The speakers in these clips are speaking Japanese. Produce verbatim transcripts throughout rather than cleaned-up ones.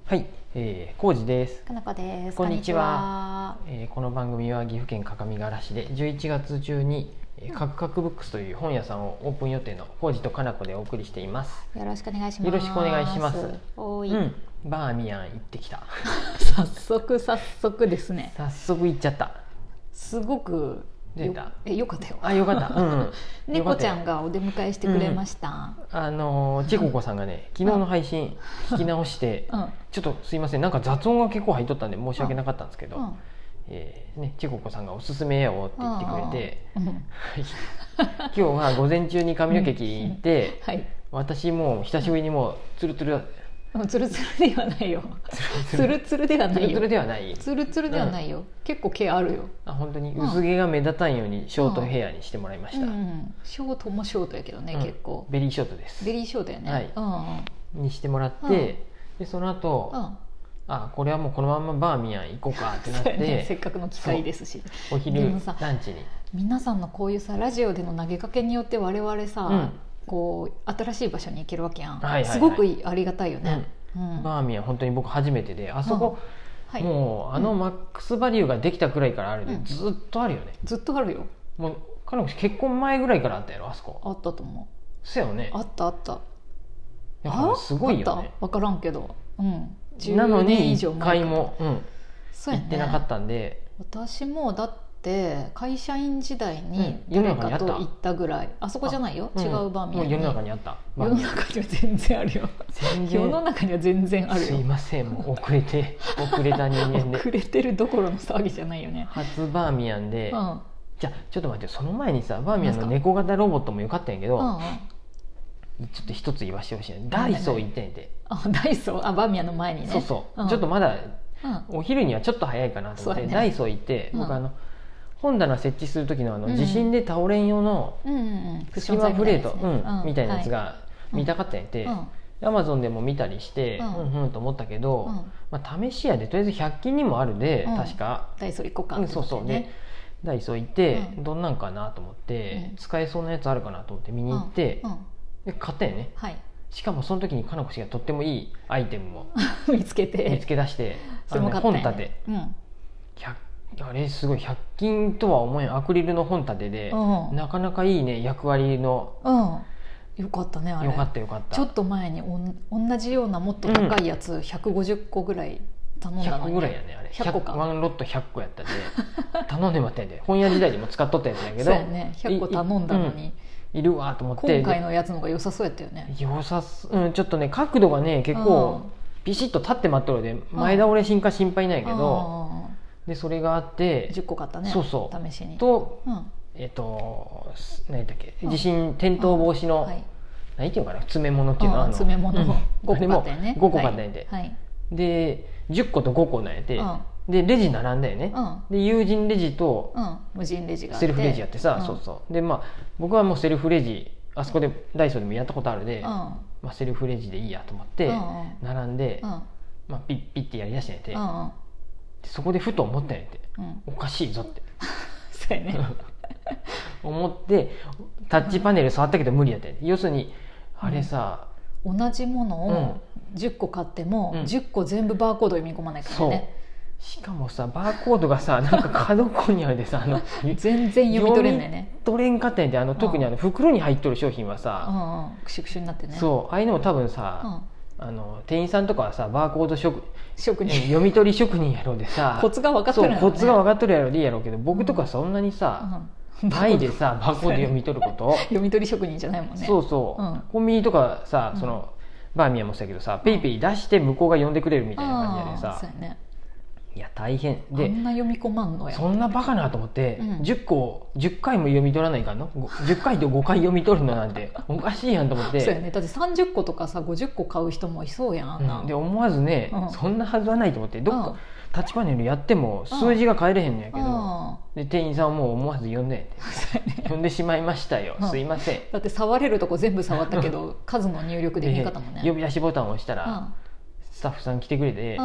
はい、えー、浩二です。 かなこです。 こんにちは。こんにちは。えー、この番組は岐阜県各務原市でじゅういちがつ中に、えー、カクカクブックスという本屋さんをオープン予定の浩二とかなこでお送りしています。 よろしくお願いします。 よろしくお願いします。 おい、 うん、バーミヤン行ってきた。 早速早速ですね。 早速行っちゃった。 すごく出た。 えよかったよ。 あ、よかった。うん、うん。 猫ちゃんがお出迎えしてくれました。 うん、あのチェココさんがね、昨日の配信聞き直して、うん、ちょっとすいません、なんか雑音が結構入っとったんで申し訳なかったんですけど、うん、えーね、チェココさんがおすすめよって言ってくれて、うん、今日は午前中に髪の毛切りに行って、うんはい、私も久しぶりにもうツルツルツルツルではないよ。ツルツルではないよ。 ツルツルではない。 ツルツルではないよ。うん、結構毛あるよ。 あ、本当に薄毛が目立たんようにショートヘアにしてもらいました。うんうん、 ショートもショートやけどね、うん、結構。 ベリーショートです。 ベリーショートやね。はい。 うんうん、にしてもらって、うん、でその後、うん、あ、これはもうこのままバーミヤン行こうかってなって、ね、 せっかくの機会ですし。 お昼ランチに。 皆さんのこういうさラジオでの投げかけによって我々さ、うん、こう新しい場所に行けるわけやん。はいはいはい、すごくありがたいよね。うんうん、バーミヤン本当に僕初めてで、あそこ、うんはい、もうあのマックスバリューができたくらいからあるで、うん、ずっとあるよね。 ずっとあるよ。 もう彼女結婚前ぐらいからあったやろ、あそこ。 あったと思う。 そうよね。 あったあった。 だからすごいよね。 分からんけど、うん、 なのにいっかいも、うん、行ってなかったんで。 私もだって会社員時代に誰かと行ったぐらい、うん、あそこじゃないよ、違うバーミヤンに。 世の中にあった。 世の中には全然あるよ。世の中には全然あるよ。 すいません、もう遅れて遅れた人間で。 遅れてるどころの騒ぎじゃないよね。 初バーミヤンで、うん、じゃあちょっと待って、その前にさ、バーミヤンの猫型ロボットもよかったんやけど、うんうん、ちょっと一つ言わしてほしいね。ダイソー行ってんて。 あ、ダイソー、あ、バーミヤンの前にね。 そうそう、うん、ちょっとまだ、うん、お昼にはちょっと早いかなと思って、ね、ダイソー行って、僕あの、うん、本棚設置する時のあの地震で倒れん用の隙間プレートみたいなやつが見たかったんやて、アマゾンでも見たりしてうんうんと思ったけど、まあ試しやでとりあえずひゃく均にもあるで、確かダイソー行こうかって、 そうそうでダイソー行ってどんなんかなと思って使えそうなやつあるかなと思って見に行ってで買ったよね。しかもその時にかなこ氏がとってもいいアイテムも見つけて見つけ出して、本立てあれすごいひゃく均とは思えんアクリルの本立てで、うん、なかなかいいね役割の、 うん、よかったねあれ。 よかったよかった。 ちょっと前におん同じようなもっと高いやつひゃくごじゅっこぐらい頼んだのに、 ひゃっこぐらいやねあれ。 ひゃっこか。 ワンロットひゃっこやったで頼んでもらったんで本屋時代にも使っとったやつやけど、 そうやね、ひゃっこ頼んだのに、 うん、いるわと思って。 今回のやつの方が良さそうやったよね。 良さす、うん、ちょっとね角度がね結構ビシッと立って待っとるで前倒れ進化心配ないけど、でそれがあってじゅっこ買ったね。 そうそう、 試しにと、うん、えっ、ー、と何だっけ、地震転倒防止の、うんはい、何ていうのかな、詰め物っていうのは詰め物、うん、ごこ買ったよね。 ごこ買ったんで、はいはい、でじゅっことごこなんやて、うん、でレジ並んだよね、うん、で有人レジと、 うん、無人レジがあってセルフレジやってさ、うん、そうそうでまあ僕はもうセルフレジあそこでダイソーでもやったことあるで、うんまあ、セルフレジでいいやと思って並んで、うんまあ、ピッピッてやりだしてんやて、うんうん、そこでふと思ったんやて、うん、おかしいぞってそうやね思ってタッチパネル触ったけど無理やって、要するにあれさ、 うん、同じものをじゅっこ買っても、うん、じゅっこ全部バーコード読み込まないからね。 しかもさバーコードがさなんか角っこにあるでさあの全然読み取れんねんね。 読み取れんかったんやで、あの特にあの袋に入っとる商品はさ、 うんうん、クシュクシュになってね。 そうああいうのも多分さ、うん、あの店員さんとかはさバーコード職職人読み取り職人やろうでさコツが分かっとるやろ、ね、 そうコツが分かっとるやろでいいやろうけど、僕とかそんなにさ、うんうん、ないでさバーコード読み取ること読み取り職人じゃないもんね。 そうそう、うん、コンビニとかさ、うん、そのバーミヤンもそうやけどさ、うん、ペイペイ出して向こうが読んでくれるみたいな感じやでさ、 そうやね、 いや大変で、 あんな読み込まんのや、 そんなバカなと思って、うん、じゅっこじゅっかいも読み取らないかんのじゅっかいとごかい読み取るのなんておかしいやんと思ってそうやね、だってさんじゅっことかさごじゅっこ買う人もいそうやん、あんな、 うん、で思わずね、うん、そんなはずはないと思ってどっか、うん、タッチパネルやっても数字が変えれへんのやけど、うん、で店員さんはもう思わず読んでんて読んでしまいましたよ、うん、すいません。 だって触れるとこ全部触ったけど数の入力できなかったもんね。 呼び出しボタンを押したら、うん、スタッフさん来てくれて、うん、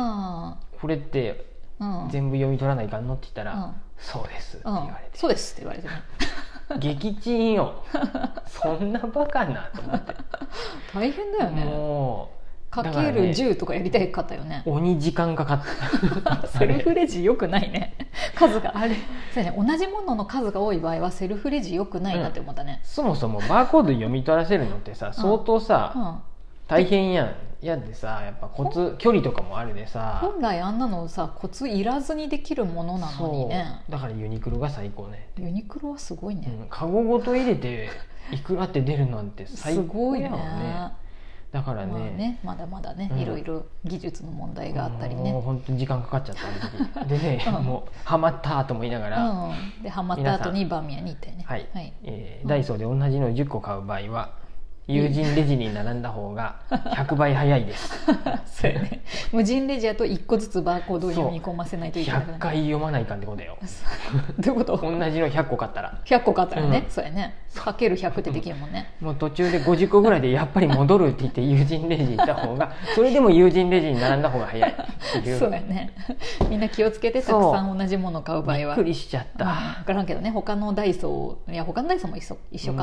これってうん、全部読み取らないかんのって言ったら、うん、そうですって言われて、うん、 そうですって言われてね撃沈よそんなバカなと思って大変だよね。 もかけるじゅうとかやりたいかったよね。 鬼時間かかったセルフレジよくないね数があれそう、ね、同じものの数が多い場合はセルフレジよくないなって思ったね、 うん、そもそもバーコード読み取らせるのってさ相当さ、うんうん、大変やん。やでさやっぱコツ距離とかもあるでさ、 本来あんなのさコツいらずにできるものなのにね。 だからユニクロが最高ね。 ユニクロはすごいね、 うん、カゴごと入れていくらって出るなんて最高やもんね。すごいね。だから ね,、まあ、ねまだまだね、うん、いろいろ技術の問題があったりね。 もう本当に時間かかっちゃったあの時でね、うん、もうハマったと思いながら、うん、 でハマった後にバーミヤンに行ったよね。 はい、はい、えー、ダイソーで同じのじゅっこ買う場合は友人レジに並んだ方がひゃくばい早いですそうやね。無人レジやといっこずつバーコードを読み込ませないといけない、 ひゃっかい読まないかんってことよどういうこと？ 同じのひゃっこ買ったらひゃっこ買ったらね、うん、そうやねかけるひゃくってできるもんね。 もう途中でごじゅっこぐらいでやっぱり戻るって言って友人レジ行った方がそれでも友人レジに並んだ方が早いっていうそうやね。みんな気をつけてたくさん同じものを買う場合は。 びっくりしちゃった、うん、 分からんけどね他のダイソーいや他のダイソーも一緒、一緒か、うん、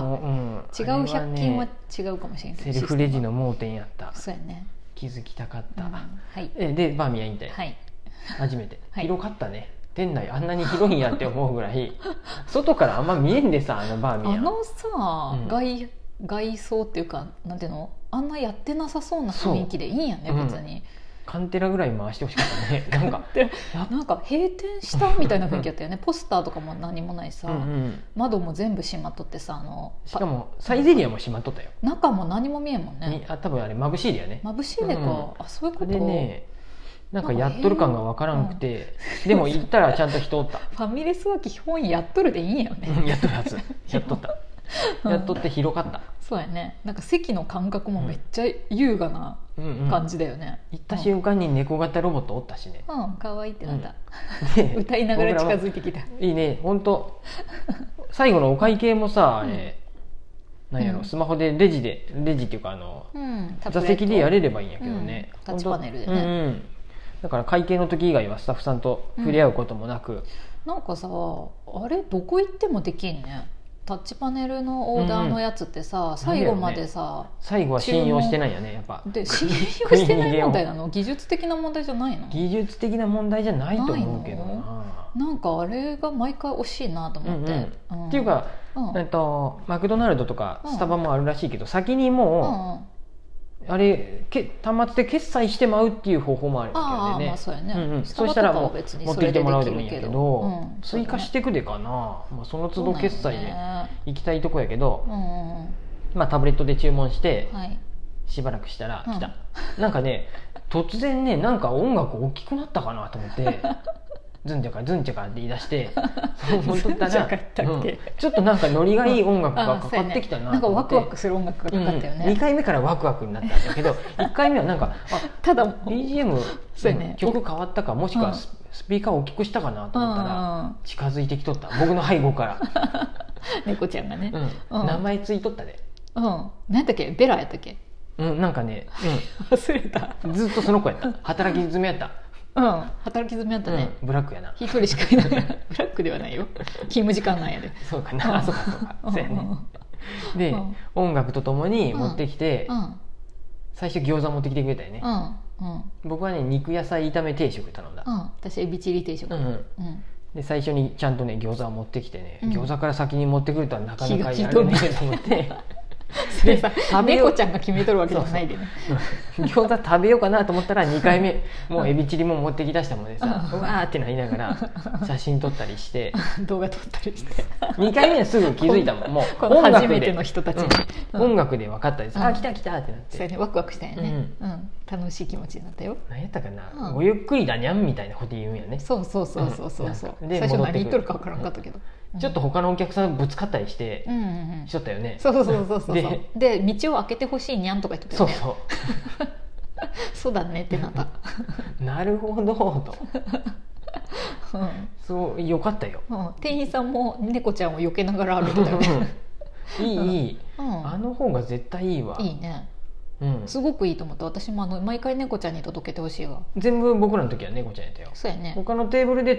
違うひゃく均は違うかもしれないけどセルフレジの盲点やった。 そうやね。 気づきたかった、うん、はい、 でバーミヤン行って、はい、初めて、はい、広かったね。店内あんなに広いんやって思うぐらい外からあんま見えんでさ、あのバーミヤンあのさ、うん、外, 外装っていうかなんていうのあんなやってなさそうな雰囲気でいいんやね別に、うん、 カンテラぐらい回してほしかったねなんかなんか閉店したみたいな雰囲気だったよねポスターとかも何もないさ、うんうん、窓も全部閉まっとってさあのしかもサイゼリアも閉まっとったよ。 中も何も見えんもんね。 あ多分あれ眩しいだよね。 眩しいでか、うん、あそういうことでねなんかやっとる感がわからんくて、うん、でも行ったらちゃんと人おったファミレスは基本やっとるでいいんやよねやっとるやつやっとったやっとって広かった、うん、 そうやね。なんか席の感覚もめっちゃ優雅な感じだよね、うんうん、 行った瞬間に猫型ロボットおったしね。 うん可愛いってなった、うん、歌いながら近づいてきた。 いいね本当最後のお会計もさあれ、うん、なんやろ、うん、スマホでレジでレジっていうかあの、うん、座席でやれればいいんやけどね、 うん、タッチパネルでね、うんうん、 だから会計の時以外はスタッフさんと触れ合うこともなく、うん、 なんかさあれどこ行ってもできんね。タッチパネルのオーダーのやつってさ、うん、最後までさ、 ね、最後は信用してないよねやっぱ。 で信用してない問題なの？技術的な問題じゃないの？ 技術的な問題じゃないと思うけどな。 なんかあれが毎回惜しいなと思って、うんうんうん、っていうか、うん、えっと、マクドナルドとかスタバもあるらしいけど、うん、先にもう、うん、あれけ端末で決済してまうっていう方法もあるわけでね。あ、まあそうやね、うんうん、そうしたらもう持ってきてもらうでもいいんやけど、うん、追加してくでかな、まあ、その都度決済で行きたいとこやけど、ね、まあ、タブレットで注文して、はい、しばらくしたら来た、うん、なんかね突然ねなんか音楽大きくなったかなと思ってズンチャカズンチャカって言い出して本当だな、うん、ちょっとなんかノリがいい音楽がかかってきたなと思って、 なんかワクワクする音楽がかかったよね、 うん、にかいめからワクワクになったんだけどいっかいめはなんかあただ ビージーエム そうや、ね、曲変わったかもしくはスピーカーを大きくしたかなと思ったら近づいてきとった、僕の背後から猫ちゃんがね、 うん、名前ついとったで、 うん、何だっけベラやったっけ、 うん、なんかね、 うん、忘れたずっとその子やった働き詰めやった、 うん、働き詰めやったね、 うん、ブラックやな一人しかいないブラックではないよ勤務時間なんやでそうかな、うん、そうかそうかそうやねで、うん、音楽とともに持ってきて、うん、最初餃子持ってきてくれたよね、うんうん、僕はね肉野菜炒め定食頼んだ、うん、 私エビチリ定食、うんうん、 で最初にちゃんとね餃子を持ってきてね、うん、餃子から先に持ってくるとはなかなかやるねと思ってそれさ猫ちゃんが決めとるわけじゃないでね餃子食べようかなと思ったらにかいめもうエビチリも持ってきだしたもんでさ、うわーってなりながら写真撮ったりして動画撮ったりしてにかいめはすぐ気づいたもん、もうこの初めての人たちに、 うん、音楽で分かったです、うん、あ来た来たってなって、 それねワクワクしたよね、うんうん、楽しい気持ちになったよ。 何やったかな、うん、ごゆっくりだにゃんみたいなこと言うんやね。 そうそうそうそうそうそう、うん、で最初何言っとるか分からんかったけど、 うん、ちょっと他のお客さんぶつかったりして、うんうんうん、しとったよね。 そうそうそうそうそうで, で道を開けてほしいにゃんとか言ってたよね。そうそうそうだねってなったなるほどと、うん、そうよかったよ、 うん、店員さんも猫ちゃんを避けながら歩いてたよねいいいい、うん、あの方が絶対いいわ。 いいね、うん、すごくいいと思った。私もあの毎回猫ちゃんに届けてほしいわ。 全部僕らの時は猫ちゃんやったよ。 そうやね。 他のテーブルでた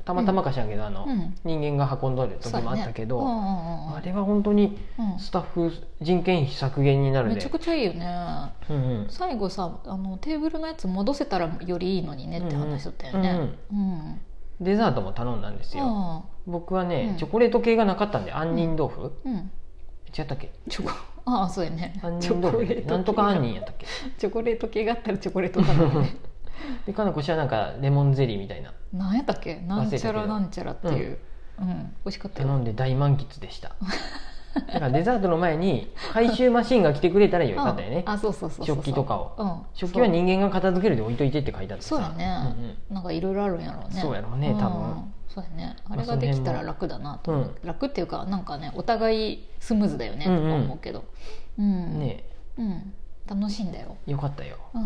たまたまかしらんけど、あの、うん、人間が運んどる時もあったけど、ね、うんうんうん、あれは本当にスタッフ人件費削減になるで、 めちゃくちゃいいよね、うんうん、最後さあのテーブルのやつ戻せたらよりいいのにねって話だったよね、うんうんうんデザートも頼んだんですよ。僕はね、うん、チョコレート系がなかったんで杏仁豆腐、うんうん、違ったっけチョコああそうやね杏仁豆腐なんとか杏仁やったっけチョコレート系があったらチョコレート頼むねでかなこしはなんかレモンゼリーみたいななんやったっけなんちゃらなんちゃらっていう、うんうん、美味しかったよ。 頼んで大満喫でしただからデザートの前に回収マシンが来てくれたらよかったよね、 うん、あそうそうそうそう食器とかを、うん、食器は人間が片付けるで置いといてって書いてあってさ、 そうやね、うんうん、なんかいろいろあるんやろうね。 そうやろうね多分、うん、 そうやねあれができたら楽だなと思う、うん、楽っていうかなんかねお互いスムーズだよねとか思うけど、うんうん、ねうん、楽しいんだよ。 よかったよ、うん、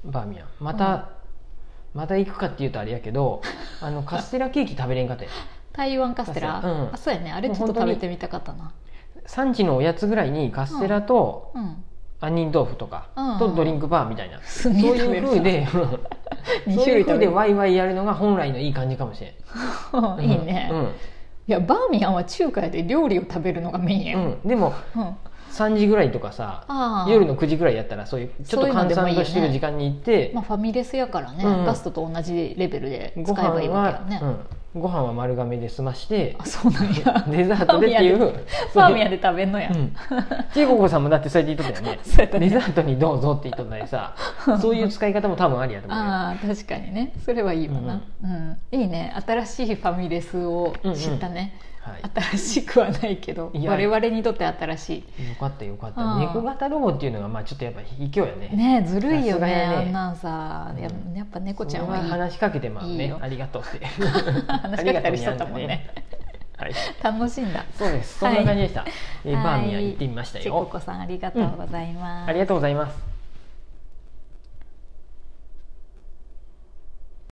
バーミヤンまた、うん、また行くかっていうとあれやけどあのカステラケーキ食べれんかったよ台湾カステラ、うん、あそうやねあれちょっと食べてみたかったな。 さんじのおやつぐらいにカステラと杏仁豆腐とかとドリンクバーみたいな、そういう風でそういう風でワイワイやるのが本来のいい感じかもしれんいいね、うん、いやバーミヤンは中華で料理を食べるのがメインや、 うん、でも、うんさんじぐらいとかさ夜のくじぐらいやったらそういうちょっと閑散としてる時間に行って、ねまあ、 ファミレスやからね、うん、ガストと同じレベルで使えばいいわけよね。 ご飯は丸亀で済まして、 あそうなんやデザートでっていうファーミヤンで食べんのや、うん、 ちいここさんもだってそうやって言っとったよねデザートにどうぞって言っとったりさそういう使い方も多分ありやと思うよ。 あ確かにねそれはいいわな、うんうん、いいね新しいファミレスを知ったね、うんうんはい、新しくはないけど我々にとって新しい。 よかったよかった。猫型ロボっていうのがまあちょっとやっぱ卑怯やね。 ねずるいよ ね, ねあんなんさ、うん、や, やっぱ猫ちゃんはいい。 話しかけてまあねありがとうって話しかけたりしとったもんねはい、楽しんだ。 そうですそんな感じでした、はい、えー、バーミヤン行ってみましたよ。 ちここさんありがとうございます、 うん、ありがとうございます。